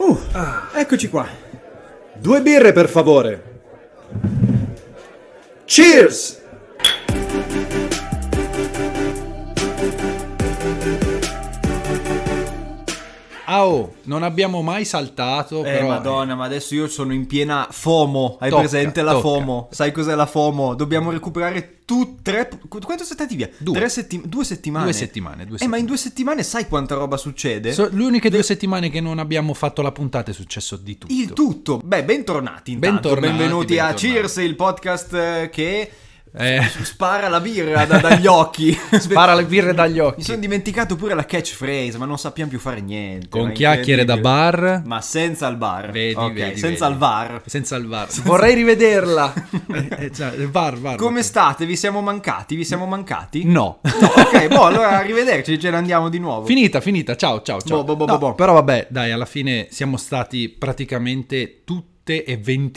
Eccoci qua. 2 birre, per favore. Cheers! Non abbiamo mai saltato, però... Madonna, ma adesso io sono in piena FOMO. Hai presente la FOMO? Sai cos'è la FOMO? Dobbiamo recuperare quanto siete stati via? 2 settimane. 2 settimane. Ma in 2 settimane sai quanta roba succede? Le uniche 2 settimane che non abbiamo fatto la puntata è successo di tutto. Il tutto. Beh, bentornati intanto. Benvenuti a Cheers, il podcast che... spara la birra dagli occhi. Spara le birre dagli occhi. Mi sono dimenticato pure la catchphrase, ma non sappiamo più fare niente. Con chiacchiere da bar, ma senza il bar. Vedi, senza il VAR. Senza il VAR. Vorrei rivederla. VAR. Come state? Vi siamo mancati? No. Ok, allora arrivederci, ce ne andiamo di nuovo. Finita. Ciao. No, però vabbè, dai, alla fine siamo stati praticamente tutte e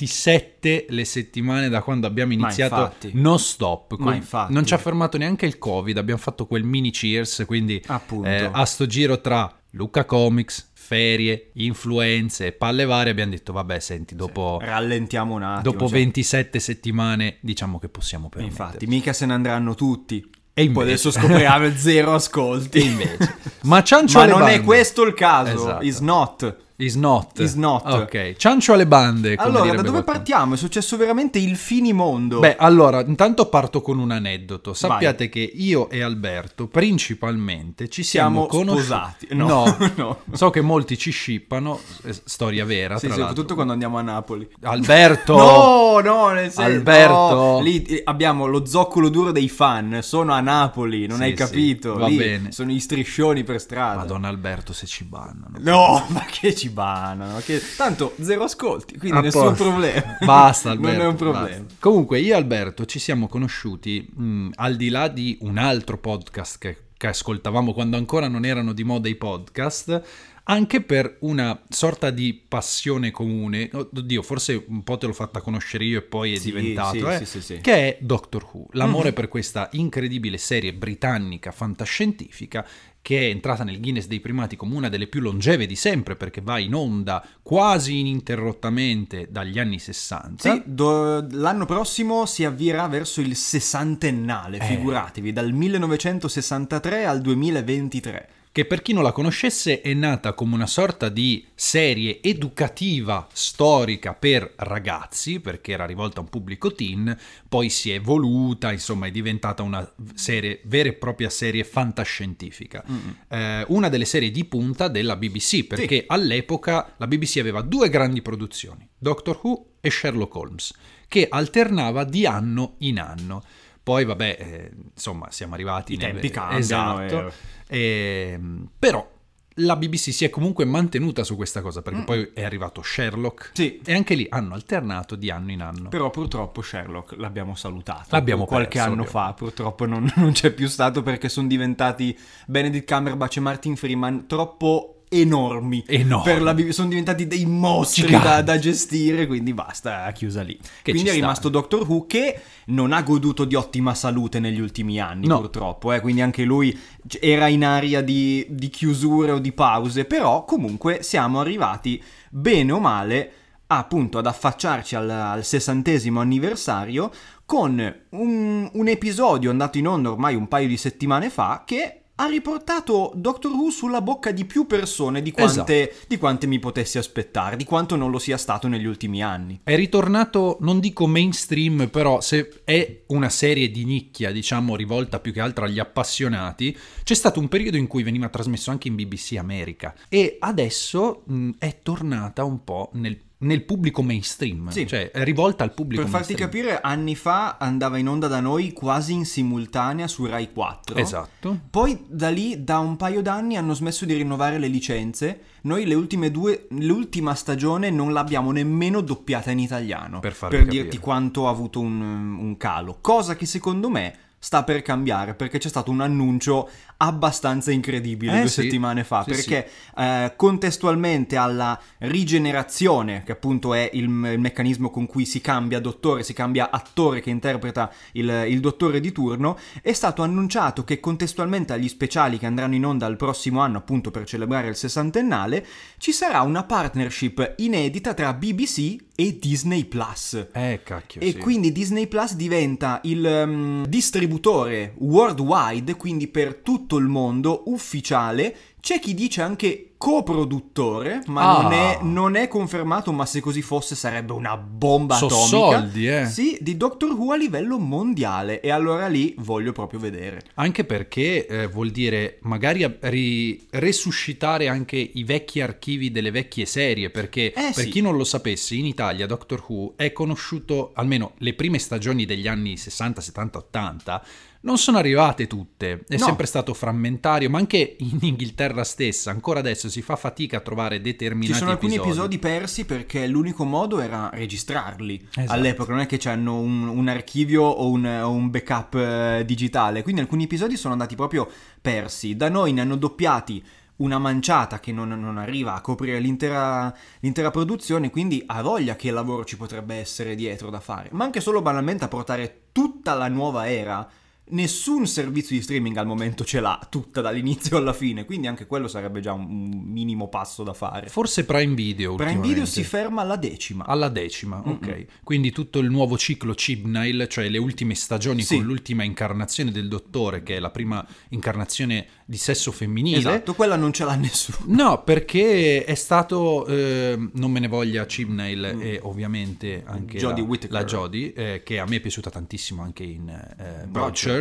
27 le settimane da quando abbiamo iniziato non stop. Non ci ha fermato neanche il Covid, abbiamo fatto quel mini Cheers, quindi a sto giro tra Lucca Comics, ferie, influenze e palle varie abbiamo detto vabbè, senti, dopo rallentiamo un attimo. Dopo 27 settimane diciamo che possiamo permetterci. Infatti, mica se ne andranno tutti. E poi adesso scopriamo 0 ascolti. E invece. Ma non è questo il caso. Esatto. Is not. Ok, ciancio alle bande. Allora, da dove partiamo? È successo veramente il finimondo. Beh, allora, intanto parto con un aneddoto. Sappiate che io e Alberto principalmente ci siamo sposati. No. So che molti ci shippano, storia vera, tra l'altro. Soprattutto quando andiamo a Napoli. Alberto! No, nel senso... Alberto! No, lì abbiamo lo zoccolo duro dei fan, sono a Napoli, non hai capito? Va lì bene. Sono gli striscioni per strada. Madonna Alberto, se ci bannano. No, ma che ci bannano? Tanto 0 ascolti, quindi nessun problema. Basta Alberto. Non è un problema. Basta. Comunque io e Alberto ci siamo conosciuti al di là di un altro podcast che ascoltavamo quando ancora non erano di moda i podcast, anche per una sorta di passione comune. Oddio, forse un po' te l'ho fatta conoscere io e poi è diventato, sì. Che è Doctor Who, l'amore per questa incredibile serie britannica fantascientifica che è entrata nel Guinness dei primati come una delle più longeve di sempre, perché va in onda quasi ininterrottamente dagli anni 60. Sì, l'anno prossimo si avvierà verso il 60ennale, figuratevi, dal 1963 al 2023. Che per chi non la conoscesse è nata come una sorta di serie educativa storica per ragazzi, perché era rivolta a un pubblico teen, poi si è evoluta, insomma è diventata una serie, vera e propria serie fantascientifica. Una delle serie di punta della BBC, perché all'epoca la BBC aveva 2 grandi produzioni, Doctor Who e Sherlock Holmes, che alternava di anno in anno. Poi vabbè, insomma, siamo arrivati... I tempi cambiano. Esatto. Però la BBC si è comunque mantenuta su questa cosa, perché poi è arrivato Sherlock. Sì. E anche lì hanno alternato di anno in anno. Però purtroppo Sherlock l'abbiamo salutato. Qualche anno fa, purtroppo non c'è più stato, perché sono diventati Benedict Cumberbatch e Martin Freeman troppo enormi. Per la BBC, sono diventati dei mostri da gestire, quindi basta, chiusa lì. Quindi è rimasto Doctor Who, che non ha goduto di ottima salute negli ultimi anni, purtroppo, quindi anche lui era in aria di chiusure o di pause, però comunque siamo arrivati bene o male appunto ad affacciarci al 60° anniversario con un episodio andato in onda ormai un paio di settimane fa, che ha riportato Doctor Who sulla bocca di più persone di quante mi potessi aspettare, di quanto non lo sia stato negli ultimi anni. È ritornato, non dico mainstream, però se è una serie di nicchia, diciamo, rivolta più che altro agli appassionati, c'è stato un periodo in cui veniva trasmesso anche in BBC America e adesso è tornata un po' nel pubblico mainstream, cioè è rivolta al pubblico mainstream. Per farti capire, anni fa andava in onda da noi quasi in simultanea su Rai 4. Esatto. Poi da lì, da un paio d'anni, hanno smesso di rinnovare le licenze. Noi l'ultima stagione non l'abbiamo nemmeno doppiata in italiano, per dirti quanto ha avuto un calo, cosa che secondo me sta per cambiare, perché c'è stato un annuncio abbastanza incredibile 2 settimane fa, perché contestualmente alla rigenerazione, che appunto è il meccanismo con cui si cambia dottore, si cambia attore che interpreta il dottore di turno, è stato annunciato che contestualmente agli speciali che andranno in onda il prossimo anno, appunto per celebrare il 60ennale, ci sarà una partnership inedita tra BBC e Disney Plus. Cacchio, e quindi Disney Plus diventa il distributore worldwide, quindi per tutto il mondo, ufficiale. C'è chi dice anche coproduttore, ma non è confermato, ma se così fosse sarebbe una bomba atomica. Soldi, Sì, di Doctor Who a livello mondiale, e allora lì voglio proprio vedere. Anche perché vuol dire magari resuscitare anche i vecchi archivi delle vecchie serie, perché per chi non lo sapesse, in Italia Doctor Who è conosciuto, almeno le prime stagioni degli anni 60, 70, 80, non sono arrivate tutte, è sempre stato frammentario, ma anche in Inghilterra stessa, ancora adesso si fa fatica a trovare determinati episodi. Ci sono alcuni episodi persi perché l'unico modo era registrarli. Esatto. All'epoca non è che c'hanno un archivio o un backup digitale, quindi alcuni episodi sono andati proprio persi. Da noi ne hanno doppiati una manciata che non arriva a coprire l'intera produzione, quindi ha voglia che lavoro ci potrebbe essere dietro da fare, ma anche solo banalmente a portare tutta la nuova era. Nessun servizio di streaming al momento ce l'ha tutta dall'inizio alla fine, quindi anche quello sarebbe già un minimo passo da fare. Forse Prime Video Prime Video si ferma alla 10ª. Alla 10ª, ok. Quindi tutto il nuovo ciclo Chibnall, cioè le ultime stagioni con l'ultima incarnazione del dottore, che è la prima incarnazione di sesso femminile. Esatto, quella non ce l'ha nessuno. No, perché è stato, non me ne voglia Chibnall e ovviamente anche Jodie Whittaker. La Jodie, che a me è piaciuta tantissimo anche in Broadchurch.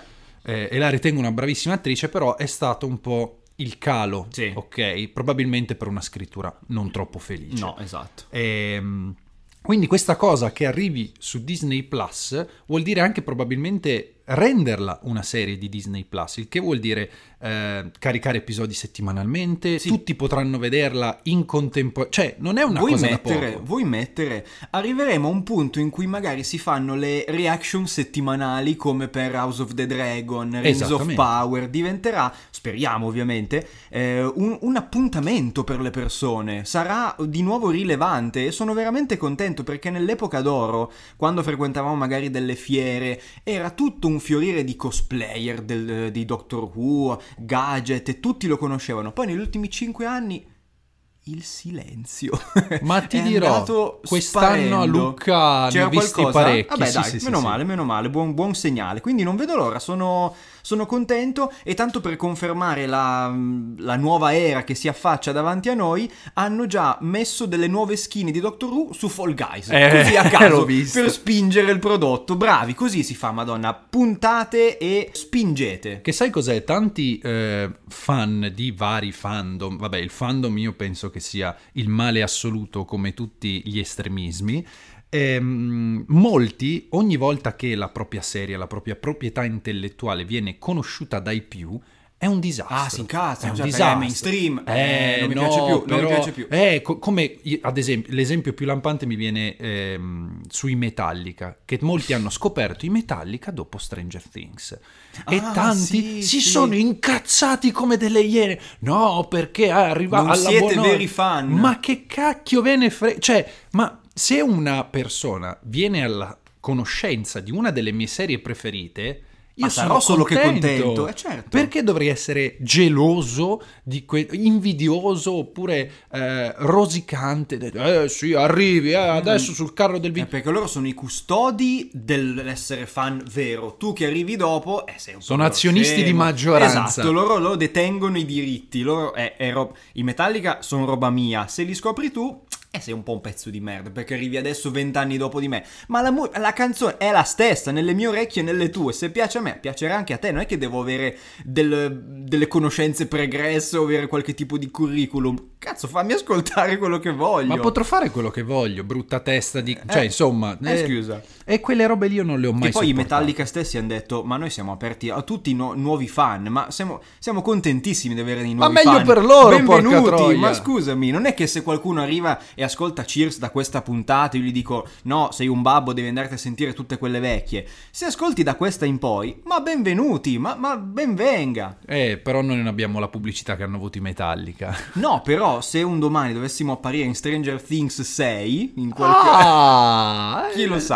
E la ritengo una bravissima attrice, però è stato un po' il calo, ok? Probabilmente per una scrittura non troppo felice. No, esatto. Quindi questa cosa che arrivi su Disney Plus vuol dire anche probabilmente renderla una serie di Disney Plus, il che vuol dire caricare episodi settimanalmente, tutti potranno vederla in contemporanea, cioè non è una cosa da poco. Vuoi mettere, arriveremo a un punto in cui magari si fanno le reaction settimanali come per House of the Dragon, Rings of Power, diventerà, speriamo ovviamente, un appuntamento per le persone, sarà di nuovo rilevante, e sono veramente contento perché nell'epoca d'oro, quando frequentavamo magari delle fiere, era tutto un fiorire di cosplayer di Doctor Who, gadget, e tutti lo conoscevano. Poi negli ultimi 5 anni il silenzio. Ma ti dirò, quest'anno a Lucca ne ho visti parecchi. Vabbè, dai, meno male, buon segnale. Quindi non vedo l'ora, sono contento, e tanto per confermare la nuova era che si affaccia davanti a noi, hanno già messo delle nuove skin di Doctor Who su Fall Guys, così a caso, per spingere il prodotto. Bravi, così si fa, madonna, puntate e spingete. Che sai cos'è? Tanti fan di vari fandom, vabbè, il fandom io penso che sia il male assoluto come tutti gli estremismi. Molti, ogni volta che la propria serie, la propria proprietà intellettuale viene conosciuta dai più, è un disastro. Si incazza, è mainstream, non mi piace più. Come ad esempio, l'esempio più lampante mi viene sui Metallica, che molti hanno scoperto i Metallica dopo Stranger Things, e tanti si sono incazzati come delle iene. No, perché arriva non alla siete veri fan. Ma che cacchio ve ne frega, cioè, ma se una persona viene alla conoscenza di una delle mie serie preferite, io sarò solo che contento, certo. Perché dovrei essere geloso, invidioso oppure rosicante? Sì, arrivi adesso sul carro del video. Perché loro sono i custodi dell'essere fan vero. Tu che arrivi dopo sei un po'. Sono azionisti di maggioranza. Esatto, loro detengono i diritti. I Metallica sono roba mia. Se li scopri tu, sei un po' un pezzo di merda, perché arrivi adesso 20 anni dopo di me, ma la canzone è la stessa nelle mie orecchie e nelle tue. Se piace a me, piacerà anche a te. Non è che devo avere delle conoscenze pregresse o avere qualche tipo di curriculum. Cazzo, fammi ascoltare quello che voglio. Ma potrò fare quello che voglio, brutta testa di... Cioè, insomma... scusa. E quelle robe lì io non le ho mai sopportate. E poi i sopportate. Metallica stessi hanno detto, ma noi siamo aperti a tutti i nuovi fan, ma siamo contentissimi di avere dei nuovi fan. Ma meglio per loro, benvenuti, porca troia. Ma scusami, non è che se qualcuno arriva e riascolta Cheers da questa puntata, io gli dico no, sei un babbo, devi andarti a sentire tutte quelle vecchie. Se ascolti da questa in poi, ma benvenuti, ma ben venga. Però noi non abbiamo la pubblicità che hanno avuto i Metallica. No, però se un domani dovessimo apparire in Stranger Things 6 in qualche... chi lo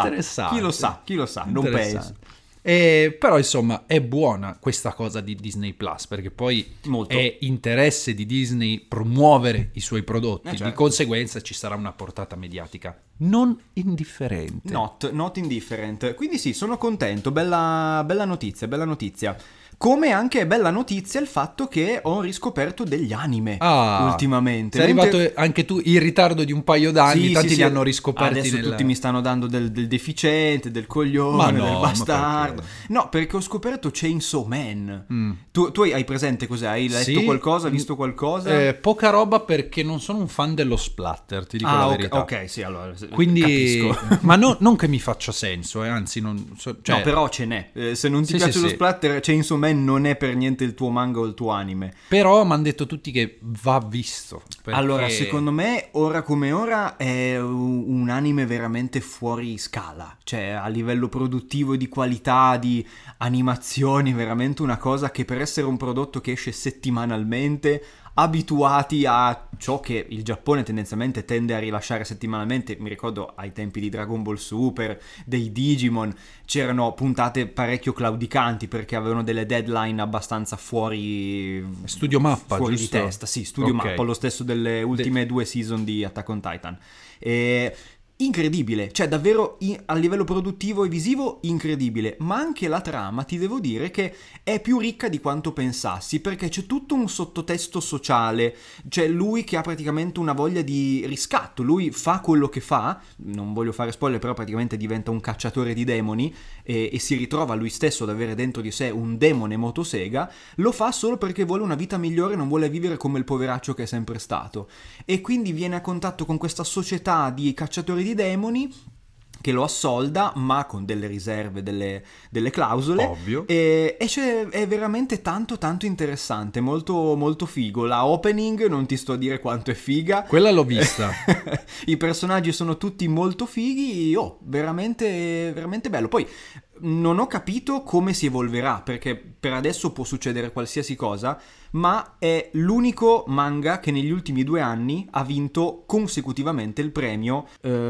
sa, non penso. Però insomma è buona questa cosa di Disney Plus, perché poi Molto. È interesse di Disney promuovere i suoi prodotti, certo. Di conseguenza ci sarà una portata mediatica non indifferente. Not indifferent. Quindi sì, sono contento, bella notizia. Come anche è bella notizia il fatto che ho riscoperto degli anime ultimamente. Sei arrivato anche tu in ritardo di un paio d'anni, tanti li hanno riscoperti. Adesso tutti mi stanno dando del deficiente, del coglione, del bastardo. No, perché ho scoperto Chainsaw Man. Tu hai presente cos'è? Hai letto qualcosa, visto qualcosa? Poca roba, perché non sono un fan dello splatter, ti dico la verità. Ok, sì, allora quindi capisco. Ma non che mi faccia senso, anzi non no, però ce n'è. Se non ti piace lo splatter, Chainsaw Man non è per niente il tuo manga o il tuo anime. Però mi hanno detto tutti che va visto. Perché... Allora, secondo me, ora come ora, è un anime veramente fuori scala. Cioè, a livello produttivo e di qualità, di animazioni, veramente una cosa che per essere un prodotto che esce settimanalmente, abituati a ciò che il Giappone tendenzialmente tende a rilasciare settimanalmente. Mi ricordo ai tempi di Dragon Ball Super, dei Digimon, c'erano puntate parecchio claudicanti perché avevano delle deadline abbastanza fuori Studio Mappa, fuori giusto? di testa. Sì, Studio Mappa, lo stesso delle ultime 2 season di Attack on Titan. Incredibile, cioè davvero a livello produttivo e visivo incredibile, ma anche la trama ti devo dire che è più ricca di quanto pensassi, perché c'è tutto un sottotesto sociale. C'è lui che ha praticamente una voglia di riscatto, lui fa quello che fa, non voglio fare spoiler, però praticamente diventa un cacciatore di demoni e si ritrova lui stesso ad avere dentro di sé un demone motosega. Lo fa solo perché vuole una vita migliore, non vuole vivere come il poveraccio che è sempre stato, e quindi viene a contatto con questa società di cacciatori di demoni che lo assolda, ma con delle riserve, delle clausole. Ovvio. E è veramente tanto interessante, molto molto figo. La opening non ti sto a dire quanto è figa. Quella l'ho vista. I personaggi sono tutti molto fighi. Veramente veramente bello. Poi non ho capito come si evolverà, perché per adesso può succedere qualsiasi cosa, ma è l'unico manga che negli ultimi 2 anni ha vinto consecutivamente il premio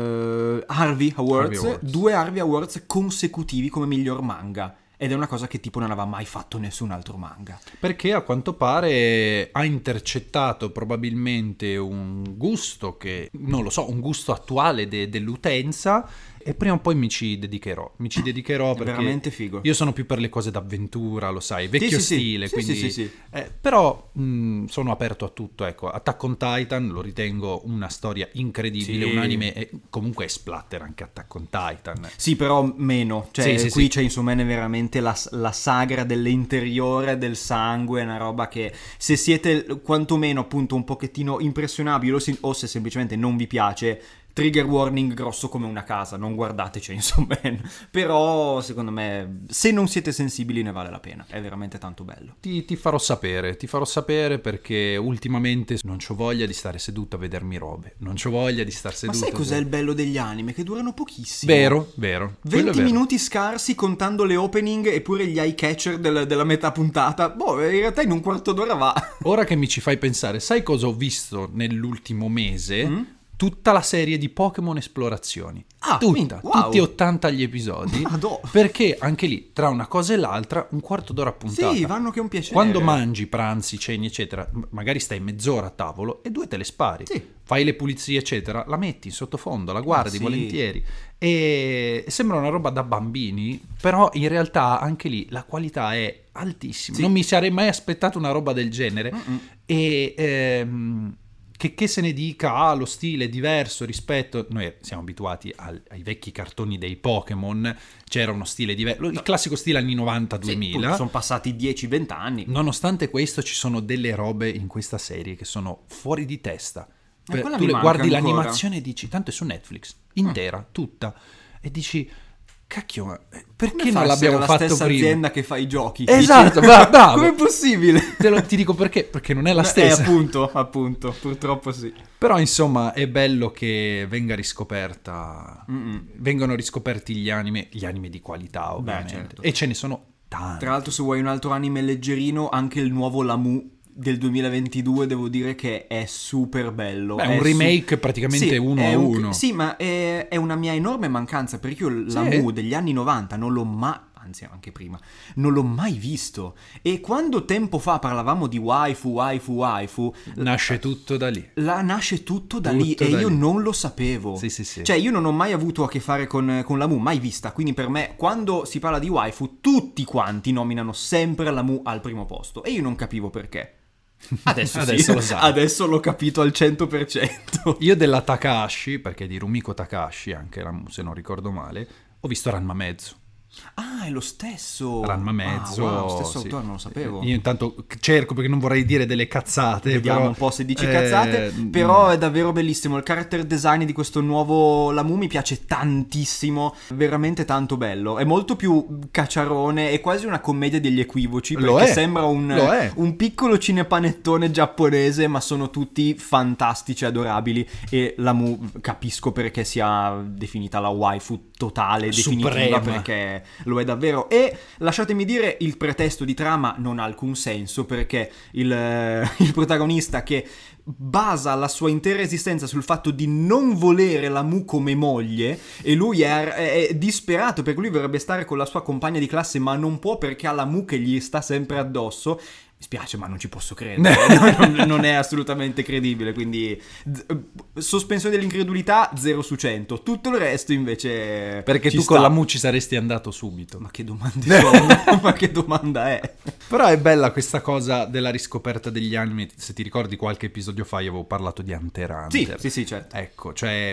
Harvey Awards, 2 Harvey Awards consecutivi come miglior manga. Ed è una cosa che tipo non aveva mai fatto nessun altro manga. Perché a quanto pare ha intercettato probabilmente un gusto che, non lo so, un gusto attuale dell'utenza, e prima o poi mi ci dedicherò perché è veramente figo. Io sono più per le cose d'avventura, lo sai, vecchio stile, sì, quindi sì. Però sono aperto a tutto, ecco. Attack on Titan lo ritengo una storia incredibile, un anime, e comunque è splatter anche Attack on Titan. Sì, però meno, cioè qui c'è insomma è veramente la sagra dell'interiore del sangue, è una roba che se siete quantomeno appunto un pochettino impressionabili o se semplicemente non vi piace, trigger warning grosso come una casa, non guardateci insomma. Però secondo me se non siete sensibili ne vale la pena, è veramente tanto bello. Ti farò sapere perché ultimamente non c'ho voglia di stare seduto a vedermi robe, non c'ho voglia di star seduto. Ma sai cos'è il bello degli anime? Che durano pochissimo. Vero 20 minuti scarsi contando le opening e pure gli eye catcher della metà puntata. In realtà in un quarto d'ora va. Ora che mi ci fai pensare, sai cosa ho visto nell'ultimo mese? Tutta la serie di Pokémon Esplorazioni. Tutta, wow. Tutti 80 gli episodi. Perché anche lì, tra una cosa e l'altra, un quarto d'ora a puntata. Sì, vanno che è un piacere. Quando mangi, pranzi, ceni, eccetera, magari stai mezz'ora a tavolo e 2 te le spari. Sì. Fai le pulizie, eccetera, la metti in sottofondo, la guardi volentieri. E sembra una roba da bambini, però in realtà anche lì la qualità è altissima. Non mi sarei mai aspettato una roba del genere. E... Che se ne dica, lo stile è diverso rispetto... Noi siamo abituati ai vecchi cartoni dei Pokémon, c'era uno stile diverso, il classico stile anni 90-2000. Sì, sono passati 10-20 anni. Nonostante questo ci sono delle robe in questa serie che sono fuori di testa. Tu guardi ancora l'animazione e dici, tanto è su Netflix, intera, tutta, e dici... cacchio, ma perché Come non l'abbiamo la fatto stessa prima? azienda che fa i giochi? Esatto, bravo. Com'è possibile? Ti dico perché non è la stessa. Appunto, purtroppo sì. Però insomma è bello che venga riscoperta, vengono riscoperti gli anime di qualità ovviamente. Certo. E ce ne sono tanti. Tra l'altro, se vuoi un altro anime leggerino, anche il nuovo Lamu del 2022 devo dire che è super bello. Beh, è un remake praticamente uno a uno. Sì, ma è una mia enorme mancanza, perché io Lamu degli anni 90 non l'ho mai, anzi anche prima, non l'ho mai visto. E quando tempo fa parlavamo di waifu, nasce tutto da lì. Nasce tutto da lì e io non lo sapevo. Sì. Cioè io non ho mai avuto a che fare con Lamu, mai vista. Quindi per me quando si parla di waifu tutti quanti nominano sempre Lamu al primo posto e io non capivo perché. Adesso lo sai. Adesso l'ho capito al 100%. Io della Takahashi, perché di Rumiko Takahashi, anche se non ricordo male, ho visto Ranma mezzo. Ah, è lo stesso. Ranma mezzo. Lo stesso autore, non lo sapevo. Io intanto cerco perché non vorrei dire delle cazzate. Vediamo però, un po' se dici cazzate. Però è davvero bellissimo. Il character design di questo nuovo Lamu mi piace tantissimo. Veramente tanto bello. È molto più cacciarone. È quasi una commedia degli equivoci. Perché sembra un piccolo cinepanettone giapponese. Ma sono tutti fantastici, adorabili. E Lamu capisco perché sia definita la waifu totale, definitiva, suprema, perché lo è davvero. E lasciatemi dire, il pretesto di trama non ha alcun senso, perché il protagonista che basa la sua intera esistenza sul fatto di non volere la Mu come moglie, e lui è disperato perché lui vorrebbe stare con la sua compagna di classe ma non può perché ha la Mu che gli sta sempre addosso. Mi spiace, ma non ci posso credere. non è assolutamente credibile. Quindi sospensione dell'incredulità 0 su 100. Tutto il resto invece perché tu con la Mu ci saresti andato subito. Ma che domande sono? Ma che domanda è? Però è bella questa cosa della riscoperta degli anime. Se ti ricordi qualche episodio fa io avevo parlato di Hunter x Hunter. Sì, certo. Ecco, cioè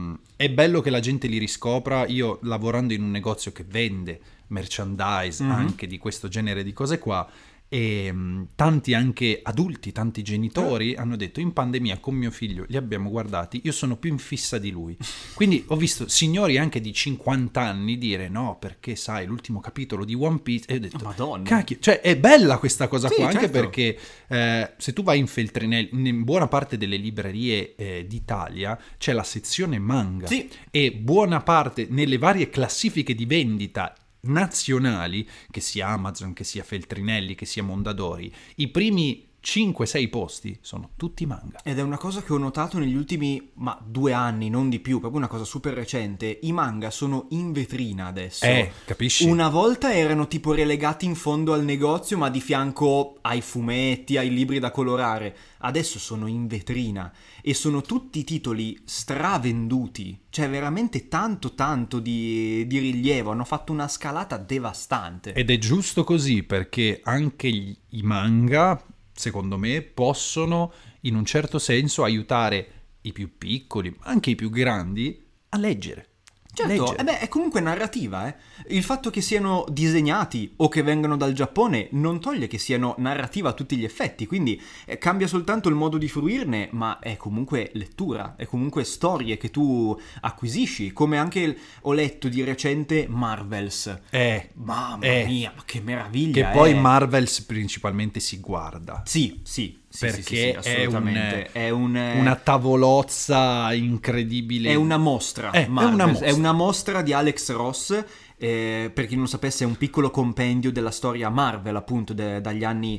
è bello che la gente li riscopra. Io lavorando in un negozio che vende merchandise anche di questo genere di cose qua, e tanti anche adulti, tanti genitori hanno detto in pandemia con mio figlio li abbiamo guardati, io sono più in fissa di lui. Quindi ho visto signori anche di 50 anni dire no perché sai l'ultimo capitolo di One Piece, e ho detto Madonna, cacchio, cioè è bella questa cosa qua, certo. Anche perché se tu vai in Feltrinelli, in buona parte delle librerie d'Italia c'è la sezione manga, e buona parte nelle varie classifiche di vendita nazionali, che sia Amazon, che sia Feltrinelli, che sia Mondadori, i primi 5-6 posti sono tutti manga. Ed è una cosa che ho notato negli ultimi 2 anni, non di più, proprio una cosa super recente. I manga sono in vetrina adesso. Capisci? Una volta erano tipo relegati in fondo al negozio, ma di fianco ai fumetti, ai libri da colorare. Adesso sono in vetrina e sono tutti titoli stravenduti. Cioè veramente tanto di rilievo. Hanno fatto una scalata devastante. Ed è giusto così, perché anche i manga, secondo me, possono in un certo senso aiutare i più piccoli, ma anche i più grandi, a leggere. Certo, è comunque narrativa, Il fatto che siano disegnati o che vengano dal Giappone non toglie che siano narrativa a tutti gli effetti, quindi cambia soltanto il modo di fruirne, ma è comunque lettura, è comunque storie che tu acquisisci, come anche ho letto di recente Marvels. Mamma mia, ma che meraviglia! Che poi Marvels principalmente si guarda. Sì, perché assolutamente. è una tavolozza incredibile. È una mostra. È una mostra di Alex Ross. Per chi non lo sapesse, è un piccolo compendio della storia Marvel, appunto dagli anni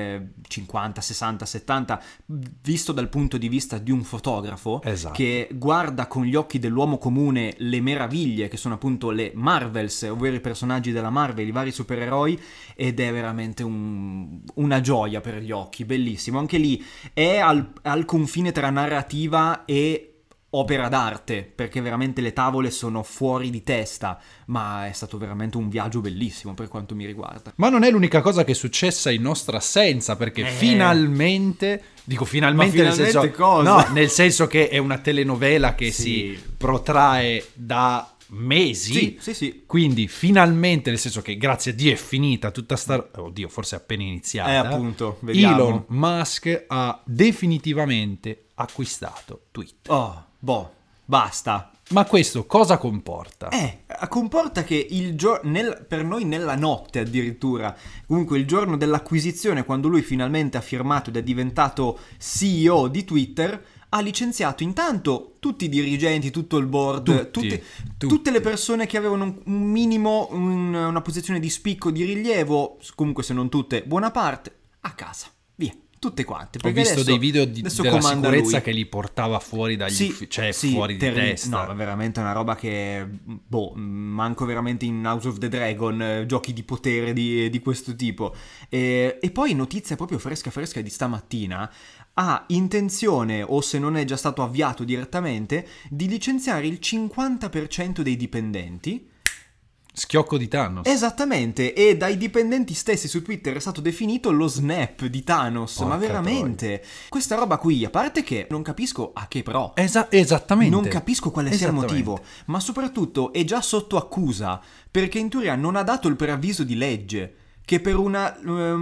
50, 60, 70, visto dal punto di vista di un fotografo, esatto, che guarda con gli occhi dell'uomo comune le meraviglie che sono appunto le Marvels, ovvero i personaggi della Marvel, i vari supereroi, ed è veramente una gioia per gli occhi, bellissimo. Anche lì è al confine tra narrativa e opera d'arte, perché veramente le tavole sono fuori di testa, ma è stato veramente un viaggio bellissimo per quanto mi riguarda. Ma non è l'unica cosa che è successa in nostra assenza, perché finalmente nel senso, cosa? No, nel senso che è una telenovela che si protrae da mesi. Sì. Quindi finalmente, nel senso che grazie a Dio è finita tutta sta... Oddio, forse è appena iniziata. Appunto, vediamo. Elon Musk ha definitivamente acquistato Twitter. Basta. Ma questo cosa comporta? comporta che per noi nella notte addirittura, comunque il giorno dell'acquisizione, quando lui finalmente ha firmato ed è diventato CEO di Twitter, ha licenziato intanto tutti i dirigenti, tutto il board, tutte le persone che avevano un minimo, una posizione di spicco, di rilievo, comunque se non tutte, buona parte, a casa, via. Tutte quante. Ho visto dei video della sicurezza che li portava fuori dagli fuori di testa. No, è veramente una roba che manco veramente in House of the Dragon, giochi di potere di questo tipo. E poi notizia proprio fresca di stamattina, ha intenzione, o se non è già stato avviato direttamente, di licenziare il 50% dei dipendenti. Schiocco di Thanos. Esattamente, e dai dipendenti stessi su Twitter è stato definito lo snap di Thanos. Ma veramente, questa roba qui, a parte che non capisco a che pro. Esattamente. Non capisco quale sia il motivo, ma soprattutto è già sotto accusa, perché in teoria non ha dato il preavviso di legge, che per una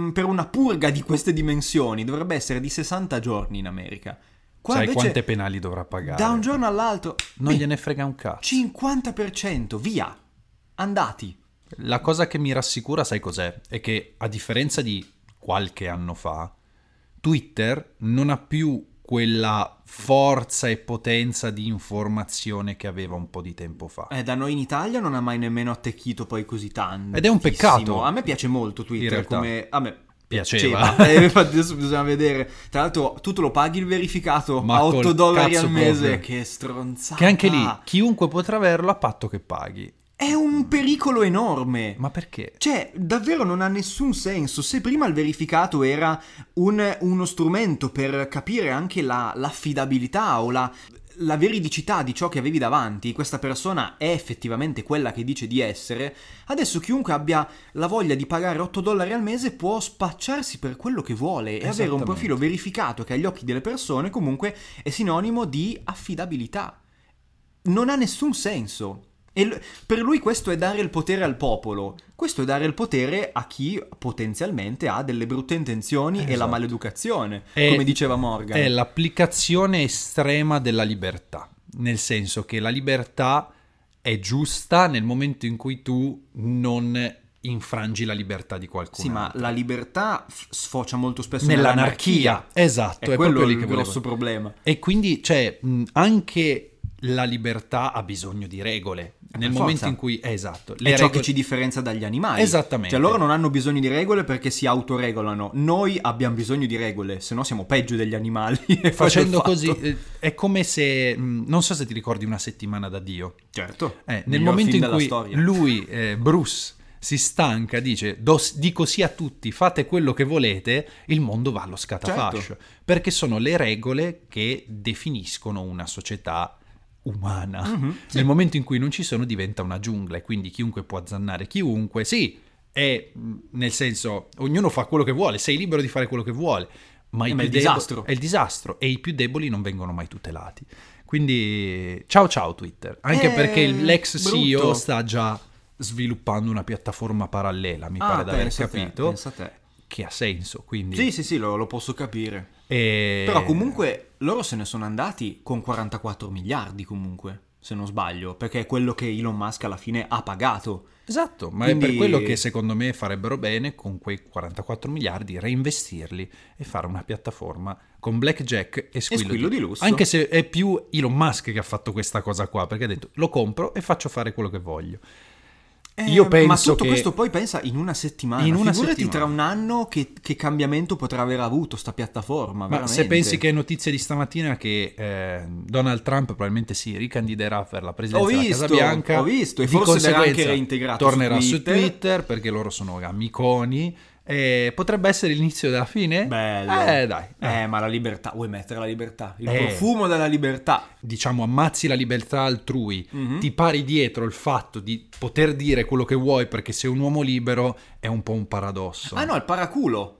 purga di queste dimensioni dovrebbe essere di 60 giorni in America. Qua sai quante penali dovrà pagare? Da un giorno all'altro. Non gliene frega un cazzo. 50%, via. Andati. La cosa che mi rassicura, sai cos'è? È che a differenza di qualche anno fa, Twitter non ha più quella forza e potenza di informazione che aveva un po' di tempo fa. Da noi in Italia non ha mai nemmeno attecchito poi così tanto. Ed è un peccato. A me piace molto Twitter, come a me piaceva. Adesso bisogna vedere. Tra l'altro tu te lo paghi il verificato a $8 al mese, proprio. Che stronzata. Che anche lì chiunque potrà averlo a patto che paghi. È un pericolo enorme. Ma perché? Cioè, davvero non ha nessun senso. Se prima il verificato era uno strumento per capire anche l'affidabilità o la veridicità di ciò che avevi davanti, questa persona è effettivamente quella che dice di essere, adesso chiunque abbia la voglia di pagare $8 al mese può spacciarsi per quello che vuole e avere un profilo verificato che agli occhi delle persone comunque è sinonimo di affidabilità. Non ha nessun senso. E per lui questo è dare il potere al popolo, questo è dare il potere a chi potenzialmente ha delle brutte intenzioni e la maleducazione, come diceva Morgan. È l'applicazione estrema della libertà, nel senso che la libertà è giusta nel momento in cui tu non infrangi la libertà di qualcuno. Sì, ma la libertà sfocia molto spesso nell'anarchia. Esatto, è quello il grosso problema. E quindi, anche la libertà ha bisogno di regole. Nel momento in cui è ciò che ci differenzia dagli animali. Esattamente. Cioè loro non hanno bisogno di regole perché si autoregolano. Noi abbiamo bisogno di regole, se no siamo peggio degli animali. Facendo così è come se non so se ti ricordi Una settimana da Dio. Certo. Nel momento in cui lui Bruce si stanca, dice dico sì a tutti, fate quello che volete, il mondo va allo scatafascio. Certo. Perché sono le regole che definiscono una società umana. Sì. Nel momento in cui non ci sono diventa una giungla e quindi chiunque può azzannare chiunque. Sì, è nel senso ognuno fa quello che vuole, sei libero di fare quello che vuole, ma è il disastro e i più deboli non vengono mai tutelati. Quindi ciao Twitter, anche perché l'ex CEO sta già sviluppando una piattaforma parallela, mi pare di aver capito, pensa te. Che ha senso, quindi sì, lo posso capire. Però comunque loro se ne sono andati con 44 miliardi comunque, se non sbaglio, perché è quello che Elon Musk alla fine ha pagato. Esatto, ma quindi è per quello che secondo me farebbero bene con quei 44 miliardi reinvestirli e fare una piattaforma con blackjack e squillo di lusso. Anche se è più Elon Musk che ha fatto questa cosa qua, perché ha detto lo compro e faccio fare quello che voglio. Io penso ma tutto questo poi pensa in una settimana. Figurati tra un anno che cambiamento potrà aver avuto sta piattaforma. Ma se pensi che è notizia di stamattina che Donald Trump probabilmente si ricandiderà per la presidenza della Casa Bianca. Ho visto, e forse verrà anche reintegrato tornerà su Twitter perché loro sono amiconi. Potrebbe essere l'inizio della fine? Bello. Dai. Ma la libertà, vuoi mettere la libertà? Il profumo della libertà. Diciamo, ammazzi la libertà altrui, ti pari dietro il fatto di poter dire quello che vuoi perché sei un uomo libero, è un po' un paradosso. Ah no, il paraculo.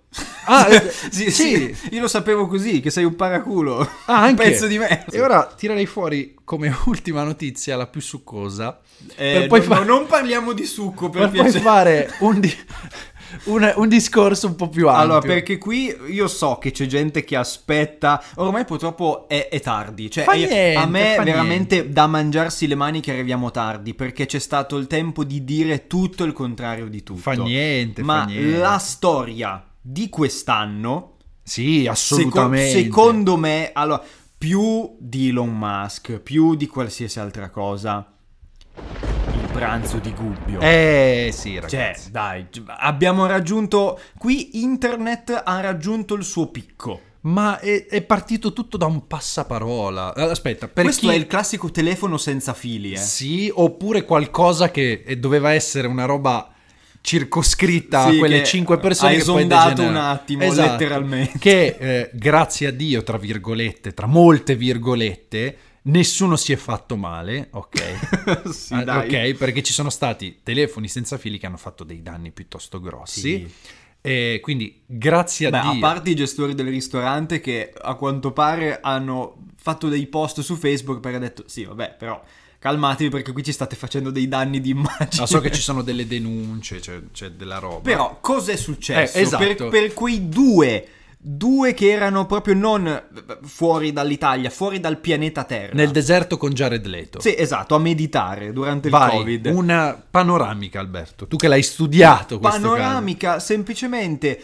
Sì, io lo sapevo così, che sei un paraculo. Anche. Un pezzo di merda. E ora tirerei fuori come ultima notizia, la più succosa. Non parliamo di succo, per poi fare un discorso un po' più ampio. Allora, perché qui io so che c'è gente che aspetta, ormai purtroppo è tardi, cioè a me veramente da mangiarsi le mani che arriviamo tardi, perché c'è stato il tempo di dire tutto il contrario di tutto. Fa niente. La storia di quest'anno, sì, assolutamente, secondo me, allora, più di Elon Musk, più di qualsiasi altra cosa, il pranzo di Gubbio. Sì, ragazzi. Cioè, dai, abbiamo raggiunto, qui internet ha raggiunto il suo picco. Ma è partito tutto da un passaparola. Aspetta, questo è il classico telefono senza fili, Sì, oppure qualcosa che doveva essere una roba circoscritta a quelle 5 persone hai che poi esondato un attimo, esatto, letteralmente. Che grazie a Dio, tra virgolette, tra molte virgolette, nessuno si è fatto male, ok? Sì, dai. Ok, perché ci sono stati telefoni senza fili che hanno fatto dei danni piuttosto grossi. Sì. E quindi grazie a Dio. A parte i gestori del ristorante che a quanto pare hanno fatto dei post su Facebook perché ha detto sì vabbè però calmatevi perché qui ci state facendo dei danni di immagine. So che ci sono delle denunce, c'è della roba. Però cosa è successo? Esatto. Per quei due che erano proprio non fuori dall'Italia, fuori dal pianeta Terra. Nel deserto con Jared Leto. Sì, esatto, a meditare durante il Covid. Una panoramica, Alberto, tu che l'hai studiato questo panoramica, caso. Semplicemente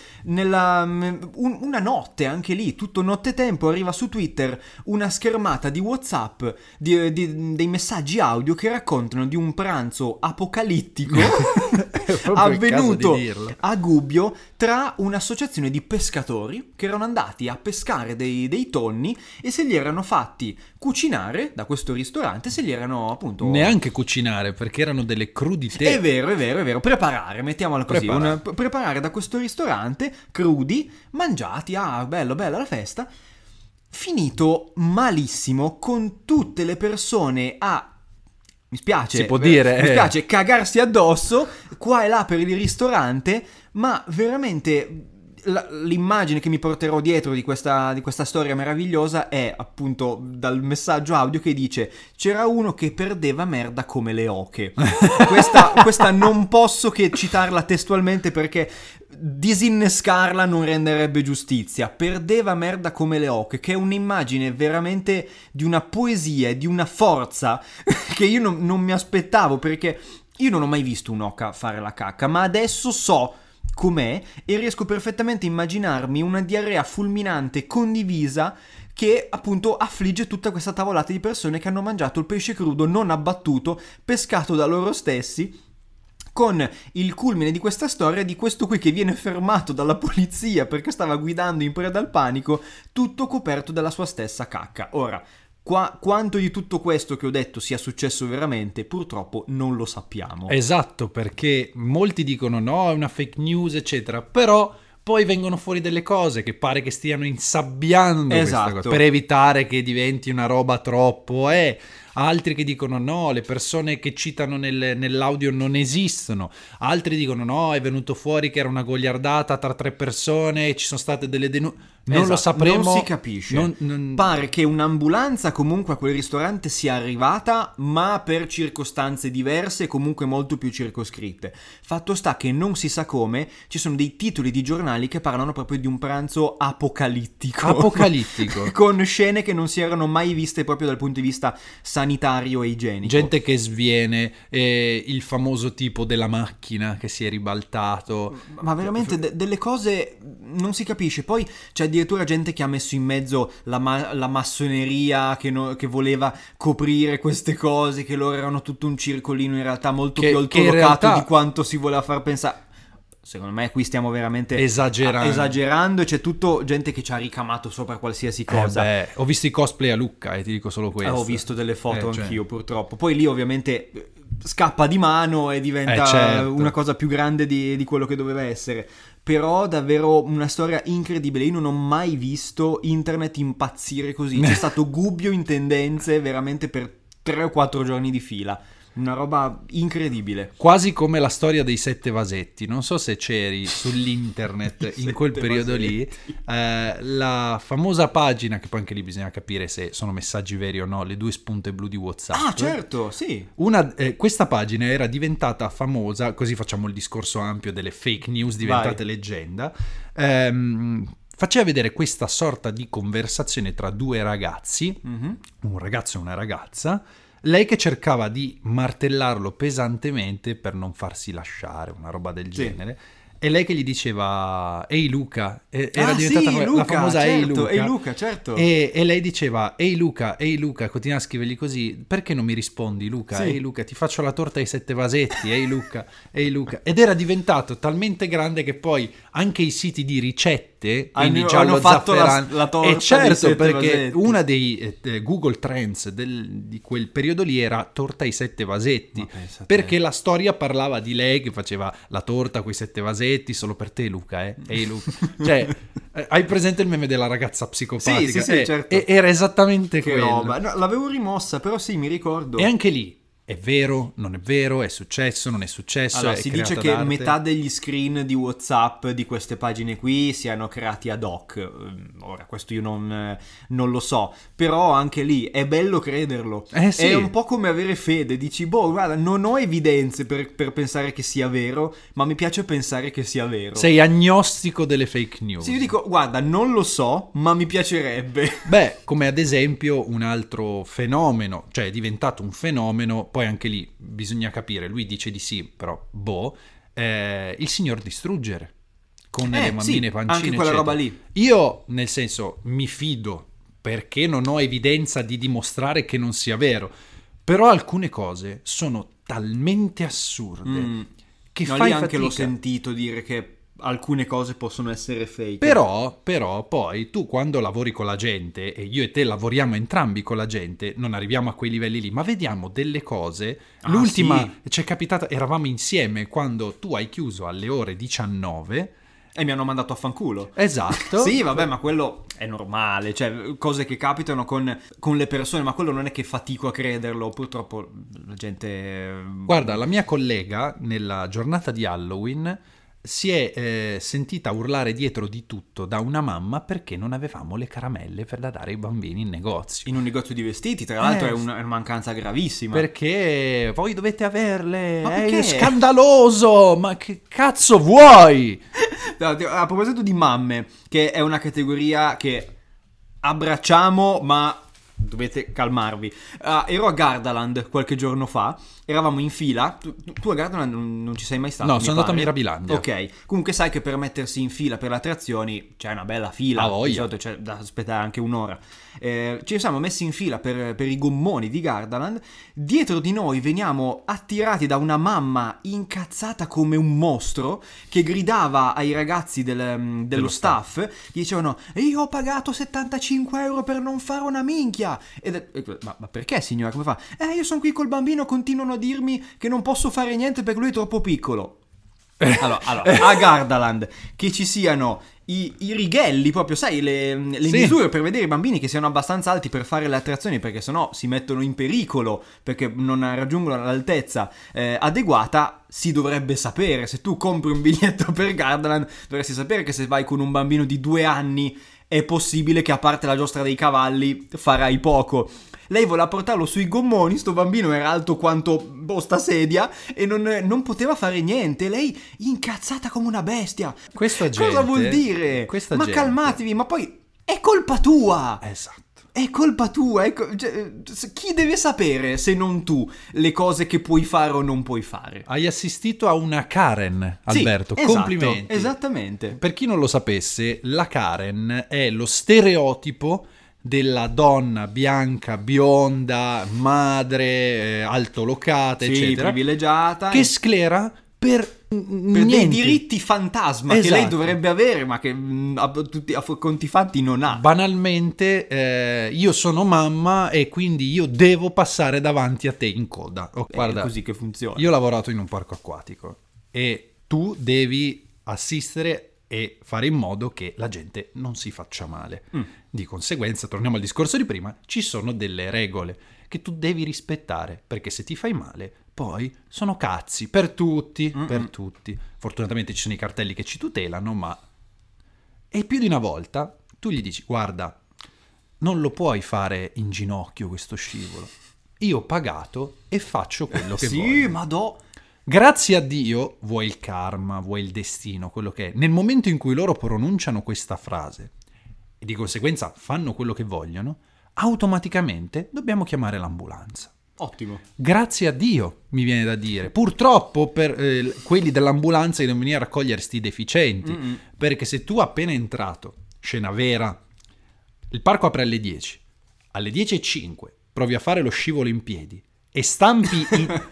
una notte, anche lì, tutto nottetempo, arriva su Twitter una schermata di WhatsApp dei messaggi audio che raccontano di un pranzo apocalittico avvenuto a Gubbio tra un'associazione di pescatori che erano andati a pescare dei tonni e se li erano fatti cucinare da questo ristorante, se li erano appunto... Neanche cucinare, perché erano delle crudité. È vero, preparare, mettiamola così, preparare da questo ristorante, crudi, mangiati, bello, bella la festa, finito malissimo con tutte le persone mi spiace, si può dire, mi spiace cagarsi addosso qua e là per il ristorante, ma veramente l'immagine che mi porterò dietro di questa storia meravigliosa è appunto dal messaggio audio che dice: c'era uno che perdeva merda come le oche. questa non posso che citarla testualmente perché disinnescarla non renderebbe giustizia. Perdeva merda come le oche, che è un'immagine veramente di una poesia e di una forza che io non mi aspettavo, perché io non ho mai visto un'oca fare la cacca, ma adesso so com'è e riesco perfettamente a immaginarmi una diarrea fulminante condivisa che appunto affligge tutta questa tavolata di persone che hanno mangiato il pesce crudo non abbattuto, pescato da loro stessi, con il culmine di questa storia di questo qui che viene fermato dalla polizia perché stava guidando in preda al panico, tutto coperto dalla sua stessa cacca. Ora, quanto di tutto questo che ho detto sia successo veramente, purtroppo non lo sappiamo. Esatto, perché molti dicono no, è una fake news, eccetera, però poi vengono fuori delle cose che pare che stiano insabbiando questa cosa, per evitare che diventi una roba troppo, altri che dicono no, le persone che citano nell'audio non esistono, altri dicono no, è venuto fuori che era una goliardata tra 3 persone e ci sono state delle denunce. Non lo sapremo, non si capisce. Pare che un'ambulanza comunque a quel ristorante sia arrivata, ma per circostanze diverse e comunque molto più circoscritte. Fatto sta che non si sa come ci sono dei titoli di giornali che parlano proprio di un pranzo apocalittico con scene che non si erano mai viste proprio dal punto di vista sanitario e igienico. Gente che sviene, il famoso tipo della macchina che si è ribaltato, ma veramente delle cose non si capisce. Poi c'è addirittura gente che ha messo in mezzo la massoneria che voleva coprire queste cose, che loro erano tutto un circolino in realtà molto più altolocato di quanto si voleva far pensare. Secondo me qui stiamo veramente esagerando e c'è tutto gente che ci ha ricamato sopra qualsiasi cosa. Ho visto i cosplay a Lucca e ti dico solo questo. Ho visto delle foto anch'io purtroppo. Poi lì ovviamente scappa di mano e diventa una cosa più grande di quello che doveva essere. Però davvero una storia incredibile. Io non ho mai visto internet impazzire così. C'è stato Gubbio in tendenze veramente per 3 o 4 giorni di fila. Una roba incredibile. Quasi come la storia dei 7 vasetti. Non so se c'eri sull'internet in quel periodo lì. La famosa pagina, che poi anche lì bisogna capire se sono messaggi veri o no, le 2 spunte blu di WhatsApp. Ah, certo, sì. Questa pagina era diventata famosa, così facciamo il discorso ampio delle fake news diventate leggenda. Faceva vedere questa sorta di conversazione tra 2 ragazzi, un ragazzo e una ragazza, lei che cercava di martellarlo pesantemente per non farsi lasciare, una roba del genere. E lei che gli diceva Ehi Luca, era diventata Luca, la famosa certo, Ehi Luca. Luca, certo. E lei diceva Ehi Luca, continuava a scrivergli così, perché non mi rispondi Luca? Ehi Luca, ti faccio la torta ai 7 vasetti, Ehi Luca, Ehi Luca. Ed era diventato talmente grande che poi anche i siti di ricette, quindi giallo zafferano, la torta certo, perché vasetti. una dei Google Trends di quel periodo lì era torta ai 7 vasetti, perché la storia parlava di lei che faceva la torta coi 7 vasetti solo per te Luca, Ehi Luca. Cioè, hai presente il meme della ragazza psicopatica? Sì, certo. Era esattamente che quello. roba. No, l'avevo rimossa, però sì, mi ricordo. E anche lì è vero, non è vero, è successo, non è successo. Allora, è si dice che d'arte. metà degli screen di WhatsApp di queste pagine qui siano creati ad hoc. Ora, questo io non lo so, però anche lì è bello crederlo. Sì. È un po' come avere fede, dici, guarda, non ho evidenze per pensare che sia vero, ma mi piace pensare che sia vero. Sei agnostico delle fake news. Sì, io dico, guarda, non lo so, ma mi piacerebbe. Beh, come ad esempio un altro fenomeno, cioè è diventato un fenomeno, poi anche lì bisogna capire, lui dice di sì, però il signor Distruggere con le bambine pancine, anche quella eccetera. roba lì. Io, nel senso, mi fido perché non ho evidenza di dimostrare che non sia vero, però alcune cose sono talmente assurde che No, fai lì anche fatica. l'ho sentito dire che alcune cose possono essere fake. Però poi tu quando lavori con la gente, e io e te lavoriamo entrambi con la gente, non arriviamo a quei livelli lì, ma vediamo delle cose. L'ultima ci è capitata, eravamo insieme quando tu hai chiuso alle ore 19 e mi hanno mandato a fanculo. Esatto. Sì, vabbè, ma quello è normale, cioè cose che capitano con le persone, ma quello non è che fatico a crederlo, purtroppo la gente... Guarda, la mia collega nella giornata di Halloween si è sentita urlare dietro di tutto da una mamma perché non avevamo le caramelle per da dare ai bambini in negozio. In un negozio di vestiti, tra l'altro è una mancanza gravissima. Perché voi dovete averle, Ma perché? è scandaloso, ma che cazzo vuoi? A proposito di mamme, che è una categoria che abbracciamo, ma dovete calmarvi. Ero a Gardaland qualche giorno fa, eravamo in fila. Tu a Gardaland non ci sei mai stato? No, sono andato a Mirabilandia. Ok, comunque sai che per mettersi in fila per le attrazioni c'è una bella fila. Di solito c'è da aspettare anche un'ora. Ci siamo messi in fila per i gommoni di Gardaland. Dietro di noi veniamo attirati da una mamma incazzata come un mostro che gridava ai ragazzi dello staff. Gli dicevano: io ho pagato 75 euro per non fare una minchia. Ma perché, signora? Come fa? Io sono qui col bambino, continuano a dirmi che non posso fare niente perché lui è troppo piccolo. Allora, a Gardaland che ci siano i righelli, proprio, sai, le misure per vedere i bambini che siano abbastanza alti per fare le attrazioni, perché sennò si mettono in pericolo perché non raggiungono l'altezza adeguata. Si dovrebbe sapere, se tu compri un biglietto per Gardaland dovresti sapere che se vai con un bambino di 2 anni è possibile che, a parte la giostra dei cavalli, farai poco. Lei voleva portarlo sui gommoni, sto bambino era alto quanto sta sedia e non poteva fare niente. Lei incazzata come una bestia. Questa gente, cosa vuol dire? Ma gente, calmatevi, ma poi è colpa tua. Esatto. È colpa tua. Chi deve sapere, se non tu, le cose che puoi fare o non puoi fare? Hai assistito a una Karen, Alberto. Sì, esatto, complimenti. Esattamente. Per chi non lo sapesse, la Karen è lo stereotipo della donna bianca, bionda, madre, altolocata, eccetera, privilegiata, che sclera per dei diritti fantasma, esatto, che lei dovrebbe avere, ma che a conti fatti non ha. Banalmente, io sono mamma e quindi io devo passare davanti a te in coda. Guarda, è così che funziona. Io ho lavorato in un parco acquatico e tu devi assistere e fare in modo che la gente non si faccia male. Di conseguenza, torniamo al discorso di prima, ci sono delle regole che tu devi rispettare, perché se ti fai male poi sono cazzi per tutti, per tutti. Fortunatamente ci sono i cartelli che ci tutelano, ma... E più di una volta tu gli dici: guarda, non lo puoi fare in ginocchio questo scivolo, io ho pagato e faccio quello che voglio. Sì, madò. Grazie a Dio, vuoi il karma, vuoi il destino, quello che è, nel momento in cui loro pronunciano questa frase e di conseguenza fanno quello che vogliono, automaticamente dobbiamo chiamare l'ambulanza. Ottimo. Grazie a Dio, mi viene da dire. Purtroppo per quelli dell'ambulanza che devono venire a raccogliere sti deficienti, perché se tu appena entrato, scena vera, il parco apre alle 10, alle 10:05 provi a fare lo scivolo in piedi e stampi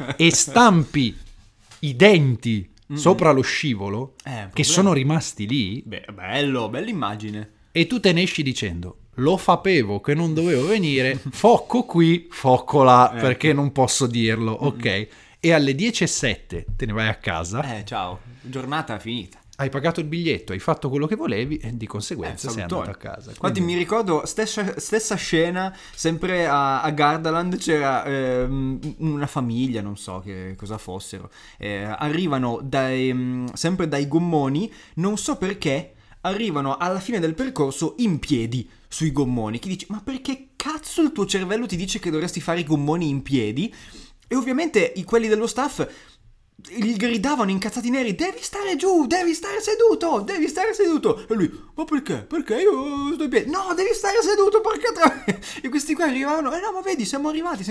i denti sopra lo scivolo che sono rimasti lì. Beh, bella immagine. E tu te ne esci dicendo: lo sapevo che non dovevo venire, focco qui, focco là, perché non posso dirlo, ok? E alle 10:07 te ne vai a casa. Ciao, giornata finita. Hai pagato il biglietto, hai fatto quello che volevi e di conseguenza sei andato a casa. Infatti mi ricordo, stessa scena, sempre a Gardaland c'era una famiglia, non so che cosa fossero, arrivano sempre dai gommoni, non so perché, arrivano alla fine del percorso in piedi sui gommoni. Chi dice: ma perché cazzo il tuo cervello ti dice che dovresti fare i gommoni in piedi? E ovviamente quelli dello staff gli gridavano incazzati neri: devi stare giù, devi stare seduto, devi stare seduto. E lui: ma perché? Perché io sto in piedi? No, devi stare seduto, perché? E questi qua arrivavano: no, ma vedi, siamo arrivati.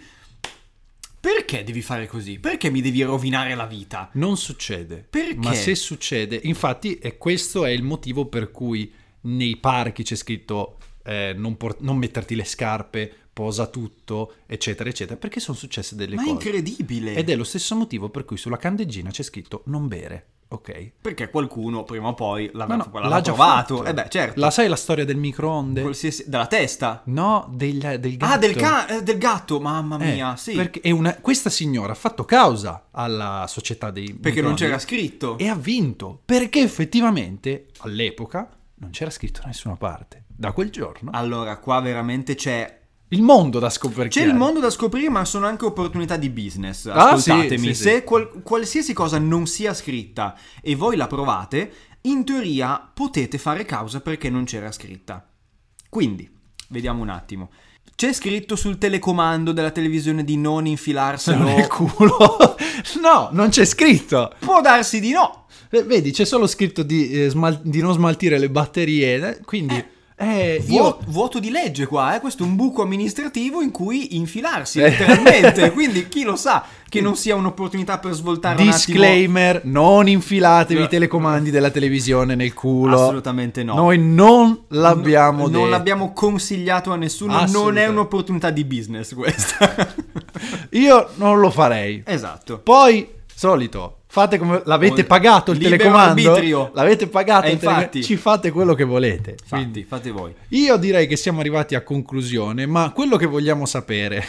Perché devi fare così? Perché mi devi rovinare la vita? Non succede. Perché? Ma se succede, infatti, questo è il motivo per cui nei parchi c'è scritto non metterti le scarpe, posa tutto, eccetera, eccetera, perché sono successe delle cose. Ma è incredibile! Ed è lo stesso motivo per cui sulla candeggina c'è scritto non bere, ok? Perché qualcuno prima o poi l'ha già provato. fatto. Certo. La sai la storia del microonde? Della testa? No, del gatto. Ah, del gatto, mamma mia, sì. Perché questa signora ha fatto causa alla società dei perché non c'era scritto. E ha vinto, perché effettivamente all'epoca non c'era scritto da nessuna parte. Da quel giorno. Allora, qua veramente c'è il mondo da scoprire. C'è il mondo da scoprire, ma sono anche opportunità di business. Ascoltatemi, sì. Se qualsiasi cosa non sia scritta e voi la provate, in teoria potete fare causa perché non c'era scritta. Quindi, vediamo un attimo. C'è scritto sul telecomando della televisione di non infilarselo nel culo? No, non c'è scritto. Può darsi di no. Vedi, c'è solo scritto di non smaltire le batterie, quindi... Vuoto di legge qua, questo è un buco amministrativo in cui infilarsi letteralmente, quindi chi lo sa che non sia un'opportunità per svoltare disclaimer, non infilatevi i telecomandi della televisione nel culo. Assolutamente no. Noi non l'abbiamo detto. Non l'abbiamo consigliato a nessuno, non è un'opportunità di business questa. Io non lo farei. Esatto. Poi, solito, fate come l'avete pagato il telecomando, arbitrio. L'avete pagato il infatti, ci fate quello che volete. Quindi fate voi. Io direi che siamo arrivati a conclusione, ma quello che vogliamo sapere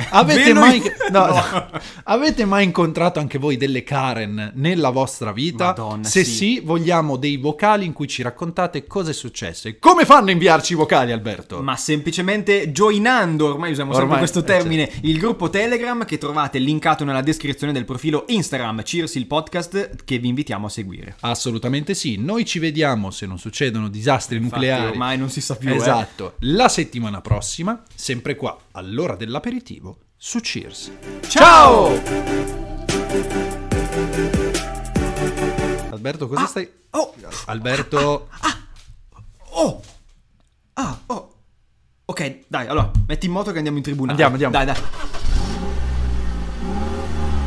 avete mai incontrato anche voi delle Karen nella vostra vita? Madonna, se sì, vogliamo dei vocali in cui ci raccontate cosa è successo e come fanno a inviarci i vocali, Alberto? Ma semplicemente joinando, ormai usiamo sempre questo termine, il gruppo Telegram che trovate linkato nella descrizione del profilo Instagram Cheers il podcast, che vi invitiamo a seguire. Assolutamente sì. Noi ci vediamo, se non succedono disastri nucleari, ormai non si sa più. Esatto. La settimana prossima, sempre qua all'ora dell'aperitivo su Cheers. Ciao! Alberto, cosa stai? Alberto. Ok, dai, allora metti in moto che andiamo in tribunale. Andiamo. Dai.